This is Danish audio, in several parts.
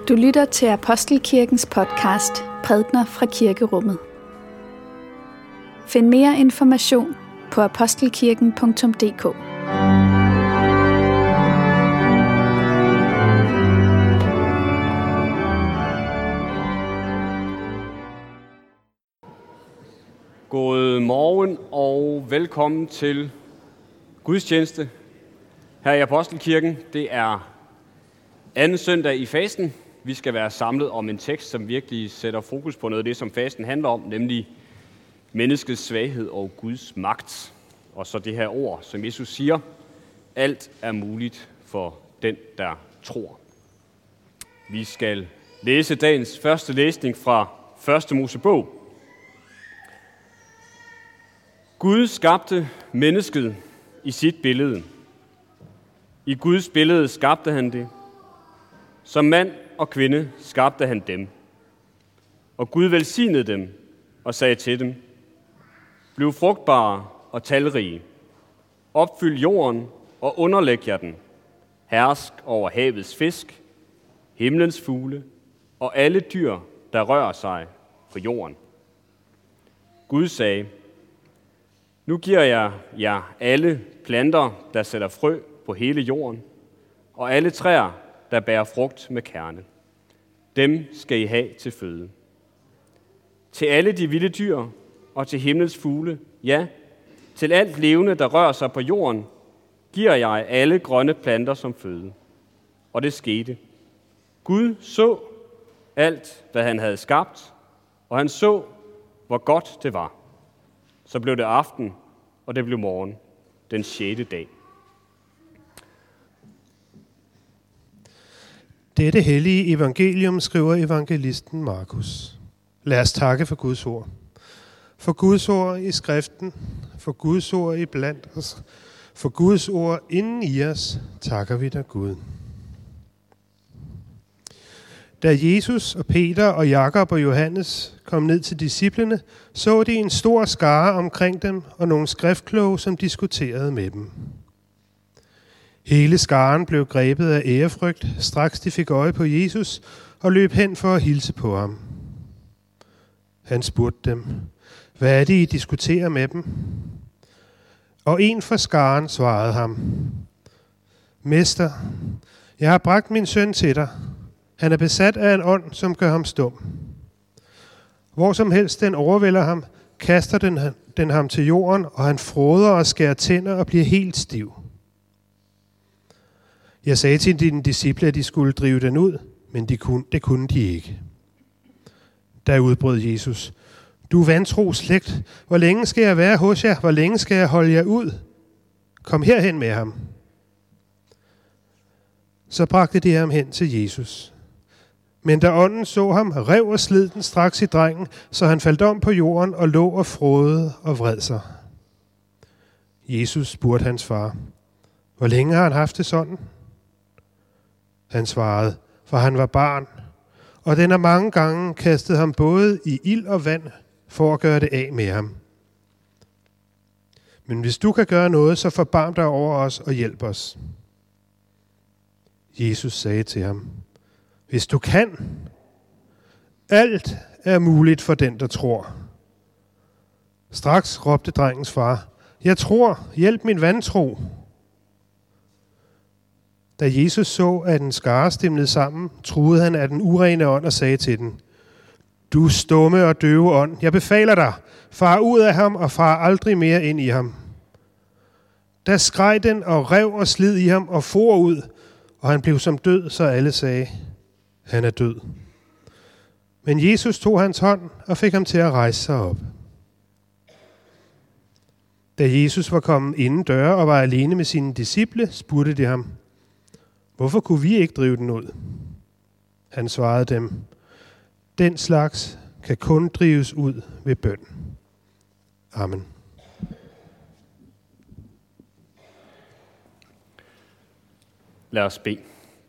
Du lytter til Apostelkirkens podcast Prædner fra Kirkerummet. Find mere information på apostelkirken.dk. God morgen og velkommen til gudstjeneste her i Apostelkirken. Det er anden søndag i fasten. Vi skal være samlet om en tekst, som virkelig sætter fokus på noget af det, som fasten handler om, nemlig menneskets svaghed og Guds magt. Og så det her ord, som Jesus siger: alt er muligt for den, der tror. Vi skal læse dagens første læsning fra 1. Mosebog. Gud skabte mennesket i sit billede. I Guds billede skabte han det. Som mand og kvinde skabte han dem. Og Gud velsignede dem og sagde til dem: bliv frugtbare og talrige. Opfyld jorden og underlæg jer den. Hersk over havets fisk, himlens fugle og alle dyr, der rører sig på jorden. Gud sagde: nu giver jeg jer alle planter, der sætter frø på hele jorden, og alle træer, der bærer frugt med kerne. Dem skal I have til føde. Til alle de vilde dyr og til himlens fugle, ja, til alt levende, der rører sig på jorden, giver jeg alle grønne planter som føde. Og det skete. Gud så alt, hvad han havde skabt, og han så, hvor godt det var. Så blev det aften, og det blev morgen, den 6. dag. Dette hellige evangelium skriver evangelisten Markus. Lad os takke for Guds ord. For Guds ord i skriften, for Guds ord i blandt os, for Guds ord inden i os, takker vi dig Gud. Da Jesus og Peter og Jakob og Johannes kom ned til disciplene, så de en stor skare omkring dem og nogle skriftkloge, som diskuterede med dem. Hele skaren blev grebet af ærefrygt, straks de fik øje på Jesus og løb hen for at hilse på ham. Han spurgte dem: hvad er det, I diskuterer med dem? Og en fra skaren svarede ham: Mester, jeg har bragt min søn til dig. Han er besat af en ånd, som gør ham stum. Hvor som helst den overvælder ham, kaster den ham til jorden, og han fråder og skærer tænder og bliver helt stiv. Jeg sagde til dine disciple, at de skulle drive den ud, men det kunne de ikke. Da udbrød Jesus: du vantro slægt, hvor længe skal jeg være hos jer? Hvor længe skal jeg holde jer ud? Kom herhen med ham. Så bragte de ham hen til Jesus. Men da ånden så ham, rev og slid den straks i drengen, så han faldt om på jorden og lå og frådede og vred sig. Jesus spurgte hans far: hvor længe har han haft det sådan? Han svarede: for han var barn, og den har mange gange kastet ham både i ild og vand for at gøre det af med ham. Men hvis du kan gøre noget, så forbarm dig over os og hjælp os. Jesus sagde til ham: hvis du kan, alt er muligt for den, der tror. Straks råbte drengens far: jeg tror, hjælp min vantro. Da Jesus så, at en skare stimlede sammen, truede han af den urene ånd og sagde til den: du stumme og døve ånd, jeg befaler dig, far ud af ham og far aldrig mere ind i ham. Da skreg den og rev og slid i ham og for ud, og han blev som død, så alle sagde: han er død. Men Jesus tog hans hånd og fik ham til at rejse sig op. Da Jesus var kommet inden døre og var alene med sine disciple, spurgte de ham: hvorfor kunne vi ikke drive den ud? Han svarede dem: den slags kan kun drives ud ved bøn. Amen. Lad os bede.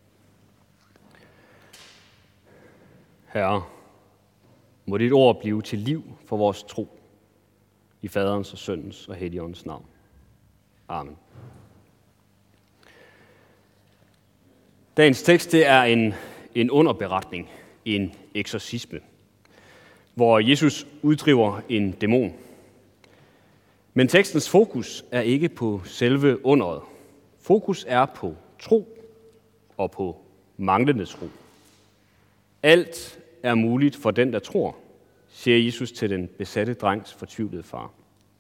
Herre, må dit ord blive til liv for vores tro. I Faderens og Søndens og Helligåndens navn. Amen. Dagens tekst, det er en underberetning, en eksorcisme, hvor Jesus uddriver en dæmon. Men tekstens fokus er ikke på selve underet. Fokus er på tro og på manglende tro. Alt er muligt for den, der tror, siger Jesus til den besatte drengs fortvivlede far.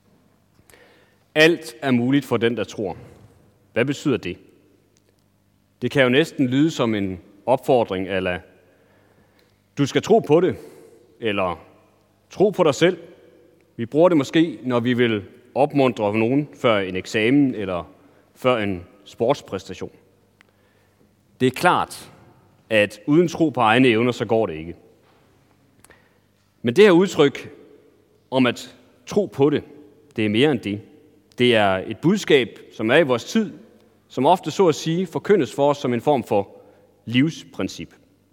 Alt er muligt for den, der tror. Hvad betyder det? Det kan jo næsten lyde som en opfordring, eller du skal tro på det, eller tro på dig selv. Vi bruger det måske, når vi vil opmuntre nogen før en eksamen eller før en sportspræstation. Det er klart, at uden tro på egne evner, så går det ikke. Men det her udtryk om at tro på det, det er mere end det. Det er et budskab, som er i vores tid, som ofte så at sige forkyndes for os som en form for livsprincip.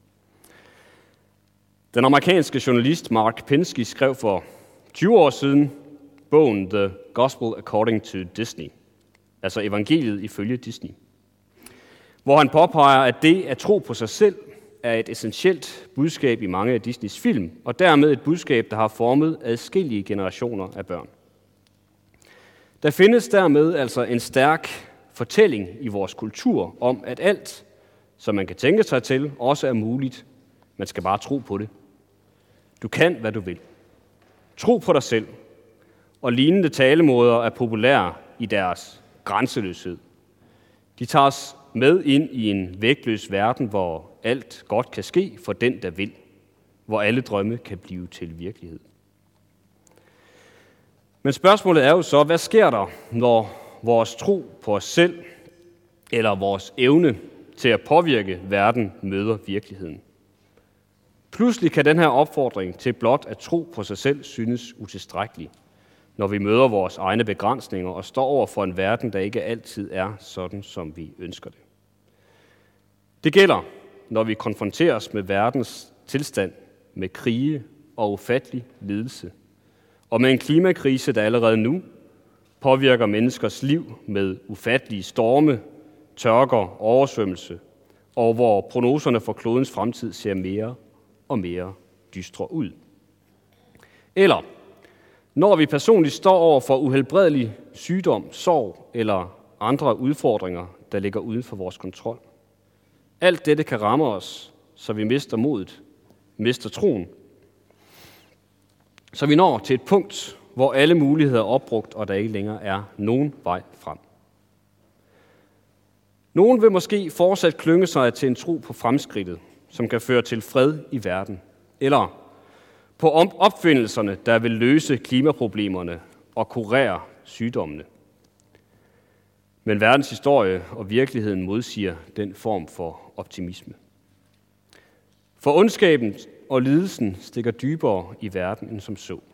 Den amerikanske journalist Mark Pinsky skrev for 20 år siden bogen The Gospel According to Disney, altså evangeliet ifølge Disney, hvor han påpeger, at det at tro på sig selv er et essentielt budskab i mange af Disneys film, og dermed et budskab, der har formet adskillige generationer af børn. Der findes dermed altså en stærk fortælling i vores kultur om, at alt, som man kan tænke sig til, også er muligt. Man skal bare tro på det. Du kan, hvad du vil. Tro på dig selv. Og lignende talemåder er populære i deres grænseløshed. De tager os med ind i en vægtløs verden, hvor alt godt kan ske for den, der vil. Hvor alle drømme kan blive til virkelighed. Men spørgsmålet er jo så, hvad sker der, når vores tro på os selv eller vores evne til at påvirke verden møder virkeligheden? Pludselig kan den her opfordring til blot at tro på sig selv synes utilstrækkelig, når vi møder vores egne begrænsninger og står over for en verden, der ikke altid er sådan, som vi ønsker det. Det gælder, når vi konfronteres med verdens tilstand, med krige og ufattelig lidelse, og med en klimakrise, der allerede nu påvirker menneskers liv med ufattelige storme, tørker, oversvømmelse, og hvor prognoserne for klodens fremtid ser mere og mere dystre ud. Eller når vi personligt står over for uhelbredelig sygdom, sorg eller andre udfordringer, der ligger uden for vores kontrol. Alt dette kan ramme os, så vi mister modet, mister troen, så vi når til et punkt, hvor alle muligheder er opbrugt, og der ikke længere er nogen vej frem. Nogen vil måske fortsat klynge sig til en tro på fremskridtet, som kan føre til fred i verden, eller på opfindelserne, der vil løse klimaproblemerne og kurere sygdommene. Men verdens historie og virkeligheden modsiger den form for optimisme. For ondskaben og lidelsen stikker dybere i verden end som så.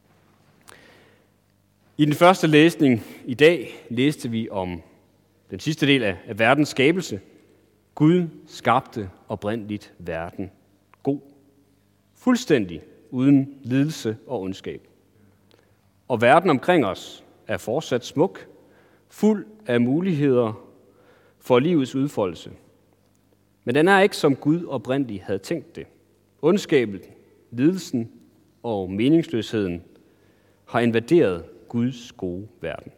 I den første læsning i dag læste vi om den sidste del af verdens skabelse. Gud skabte oprindeligt verden god. Fuldstændig uden lidelse og ondskab. Og verden omkring os er fortsat smuk, fuld af muligheder for livets udfoldelse. Men den er ikke, som Gud oprindeligt havde tænkt det. Ondskabet, lidelsen og meningsløsheden har invaderet Guds gode verden.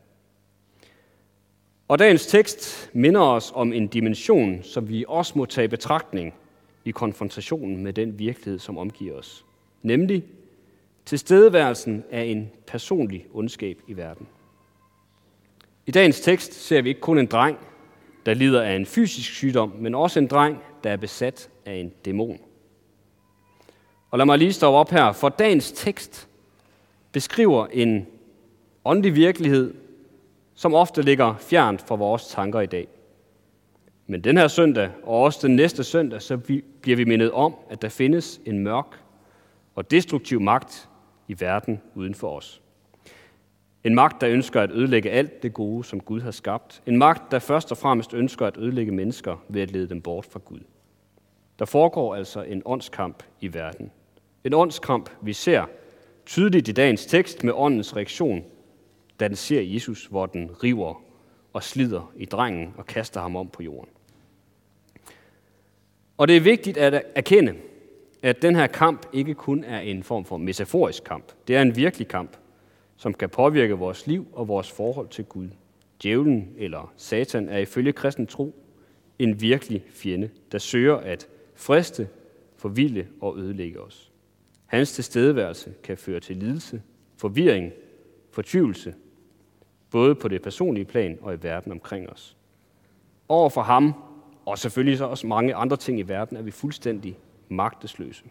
Og dagens tekst minder os om en dimension, som vi også må tage i betragtning i konfrontationen med den virkelighed, som omgiver os. Nemlig tilstedeværelsen af en personlig ondskab i verden. I dagens tekst ser vi ikke kun en dreng, der lider af en fysisk sygdom, men også en dreng, der er besat af en dæmon. Og lad mig lige stoppe op her, for dagens tekst beskriver en åndelig virkelighed, som ofte ligger fjernt fra vores tanker i dag. Men den her søndag, og også den næste søndag, så bliver vi mindet om, at der findes en mørk og destruktiv magt i verden uden for os. En magt, der ønsker at ødelægge alt det gode, som Gud har skabt. En magt, der først og fremmest ønsker at ødelægge mennesker ved at lede dem bort fra Gud. Der foregår altså en åndskamp i verden. En åndskamp, vi ser tydeligt i dagens tekst med åndens reaktion, da den ser Jesus, hvor den river og slider i drengen og kaster ham om på jorden. Og det er vigtigt at erkende, at den her kamp ikke kun er en form for metaforisk kamp. Det er en virkelig kamp, som kan påvirke vores liv og vores forhold til Gud. Djævlen eller Satan er ifølge kristen tro en virkelig fjende, der søger at friste, forvilde og ødelægge os. Hans tilstedeværelse kan føre til lidelse, forvirring, fortvivlelse, både på det personlige plan og i verden omkring os. Over for ham, og selvfølgelig så også mange andre ting i verden, er vi fuldstændig magtesløse.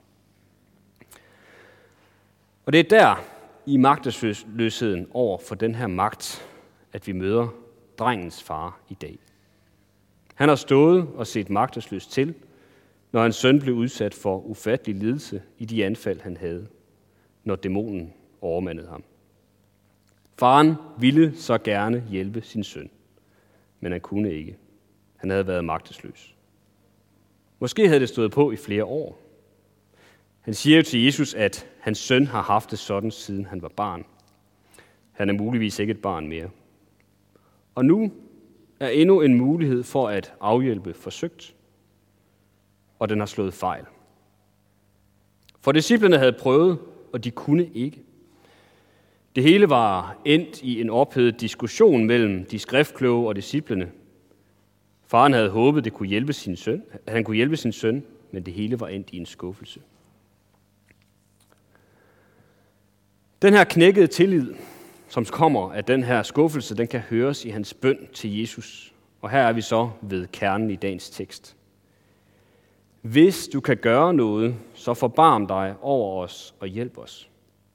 Og det er der, i magtesløsheden over for den her magt, at vi møder drengens far i dag. Han har stået og set magtesløs til, når hans søn blev udsat for ufattelig lidelse i de anfald, han havde, når dæmonen overmandede ham. Faren ville så gerne hjælpe sin søn, men han kunne ikke. Han havde været magtesløs. Måske havde det stået på i flere år. Han siger jo til Jesus, at hans søn har haft det sådan, siden han var barn. Han er muligvis ikke et barn mere. Og nu er endnu en mulighed for at afhjælpe forsøgt, og den har slået fejl. For disciplene havde prøvet, og de kunne ikke. Det hele var endt i en ophedet diskussion mellem de skriftkloge og disciplene. Faren havde håbet, at han kunne hjælpe sin søn, men det hele var endt i en skuffelse. Den her knækkede tillid, som kommer af den her skuffelse, den kan høres i hans bøn til Jesus. Og her er vi så ved kernen i dagens tekst. Hvis du kan gøre noget, så forbarm dig over os og hjælp os.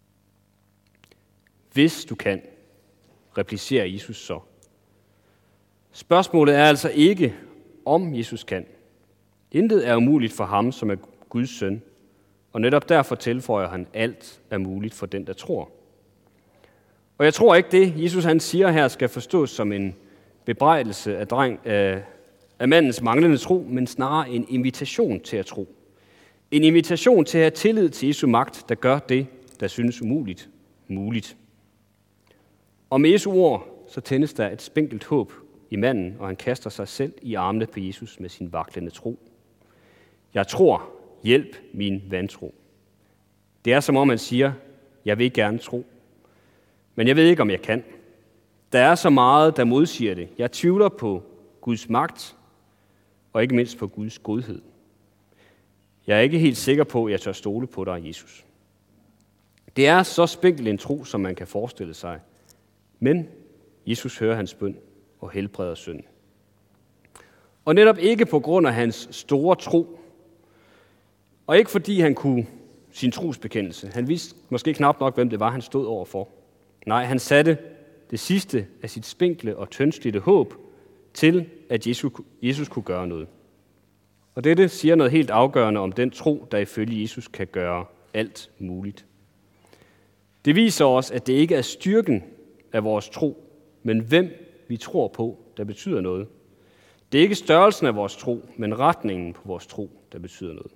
Hvis du kan, replicerer Jesus så. Spørgsmålet er altså ikke, om Jesus kan. Intet er umuligt for ham, som er Guds søn, og netop derfor tilføjer han, alt er muligt for den, der tror. Og jeg tror ikke det, Jesus han siger her, skal forstås som en bebrejdelse af mandens manglende tro, men snarere en invitation til at tro. En invitation til at have tillid til Jesu magt, der gør det, der synes umuligt, muligt. Og med Jesu ord, så tændes der et spinkelt håb i manden, og han kaster sig selv i armene på Jesus med sin vaklende tro. Jeg tror, hjælp min vantro. Det er som om han siger, jeg vil gerne tro, men jeg ved ikke, om jeg kan. Der er så meget, der modsiger det. Jeg tvivler på Guds magt, og ikke mindst på Guds godhed. Jeg er ikke helt sikker på, at jeg tør stole på dig, Jesus. Det er så spinkel en tro, som man kan forestille sig. Men Jesus hører hans bøn og helbreder synden. Og netop ikke på grund af hans store tro, og ikke fordi han kunne sin trosbekendelse. Han vidste måske knap nok, hvem det var, han stod overfor. Nej, han satte det sidste af sit spinkle og tyndslidte håb til, at Jesus kunne gøre noget. Og dette siger noget helt afgørende om den tro, der ifølge Jesus kan gøre alt muligt. Det viser os, at det ikke er styrken af vores tro, men hvem vi tror på, der betyder noget. Det er ikke størrelsen af vores tro, men retningen på vores tro, der betyder noget.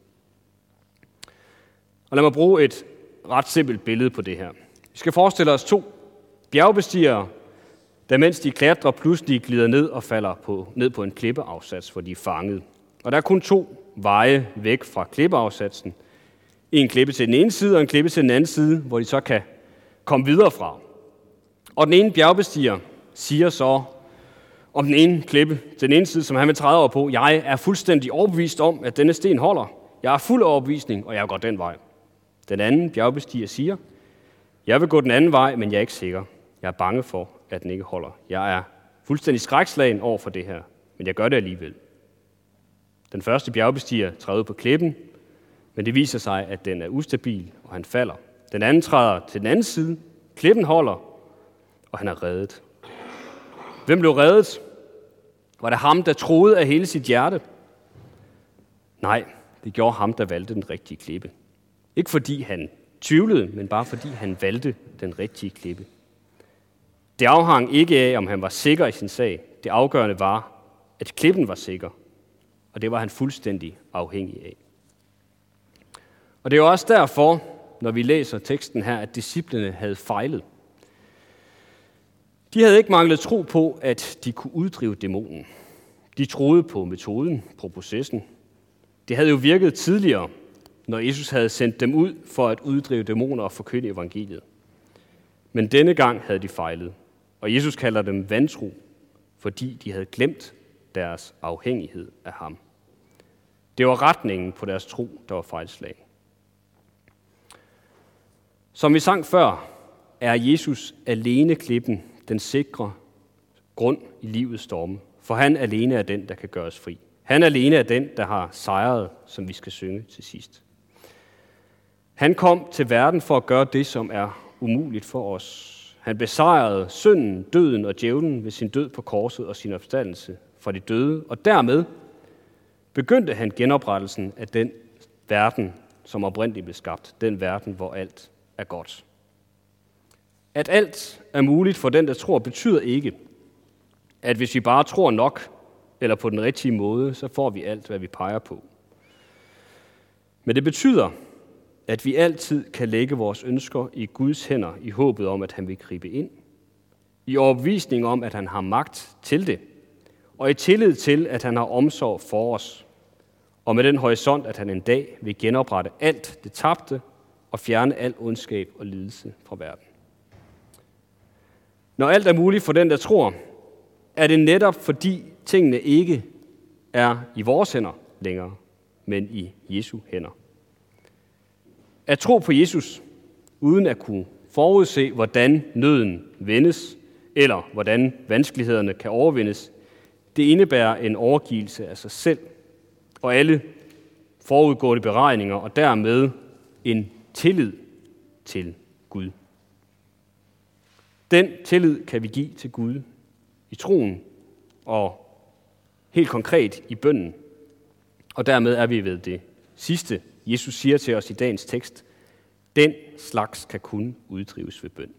Og lad mig bruge et ret simpelt billede på det her. Vi skal forestille os 2 bjergbestigere, der mens de klatrer, pludselig glider ned og falder ned på en klippeafsats, hvor de er fanget. Og der er kun 2 veje væk fra klippeafsatsen. En klippe til den ene side, og en klippe til den anden side, hvor de så kan komme videre fra. Og den ene bjergbestiger siger så om den ene klippe til den ene side, som han vil træde over på, jeg er fuldstændig overbevist om, at denne sten holder. Jeg er fuld af overbevisning, og jeg går den vej. Den anden bjergbestiger siger, jeg vil gå den anden vej, men jeg er ikke sikker. Jeg er bange for, at den ikke holder. Jeg er fuldstændig skrækslagen over for det her, men jeg gør det alligevel. Den første bjergbestiger træder ud på klippen, men det viser sig, at den er ustabil, og han falder. Den anden træder til den anden side, klippen holder, og han er reddet. Hvem blev reddet? Var det ham, der troede af hele sit hjerte? Nej, det gjorde ham, der valgte den rigtige klippe. Ikke fordi han tvivlede, men bare fordi han valgte den rigtige klippe. Det afhang ikke af, om han var sikker i sin sag. Det afgørende var, at klippen var sikker, og det var han fuldstændig afhængig af. Og det er også derfor, når vi læser teksten her, at disciplene havde fejlet. De havde ikke manglet tro på, at de kunne uddrive dæmonen. De troede på metoden, på processen. Det havde jo virket tidligere, når Jesus havde sendt dem ud for at uddrive dæmoner og forkynde evangeliet. Men denne gang havde de fejlet, og Jesus kalder dem vantro, fordi de havde glemt deres afhængighed af ham. Det var retningen på deres tro, der var fejlslagen. Som vi sang før, er Jesus alene klippen, den sikre grund i livets storme, for han alene er den, der kan gøre os fri. Han alene er den, der har sejret, som vi skal synge til sidst. Han kom til verden for at gøre det, som er umuligt for os. Han besejrede synden, døden og djævlen ved sin død på korset og sin opstandelse fra de døde, og dermed begyndte han genoprettelsen af den verden, som oprindeligt blev skabt. Den verden, hvor alt er godt. At alt er muligt for den, der tror, betyder ikke, at hvis vi bare tror nok, eller på den rigtige måde, så får vi alt, hvad vi peger på. Men det betyder, at vi altid kan lægge vores ønsker i Guds hænder i håbet om, at han vil gribe ind, i overbevisning om, at han har magt til det, og i tillid til, at han har omsorg for os, og med den horisont, at han en dag vil genoprette alt det tabte og fjerne al ondskab og lidelse fra verden. Når alt er muligt for den, der tror, er det netop fordi tingene ikke er i vores hænder længere, men i Jesu hænder. At tro på Jesus, uden at kunne forudse, hvordan nøden vendes, eller hvordan vanskelighederne kan overvindes, det indebærer en overgivelse af sig selv og alle forudgående beregninger, og dermed en tillid til Gud. Den tillid kan vi give til Gud i troen og helt konkret i bønnen. Og dermed er vi ved det sidste, Jesus siger til os i dagens tekst. Den slags kan kun uddrives ved bøn.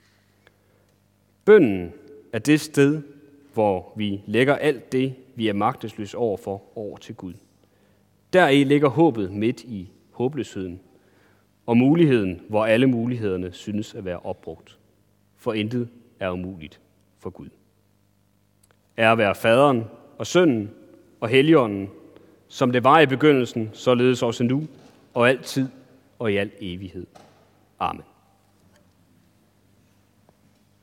Bønnen er det sted, hvor vi lægger alt det, vi er magtesløse overfor, over til Gud. Deri ligger håbet midt i håbløsheden og muligheden, hvor alle mulighederne synes at være opbrugt. For intet er umuligt for Gud. Ære være faderen og sønnen og helligånden, som det var i begyndelsen, således også nu og altid og i al evighed. Amen.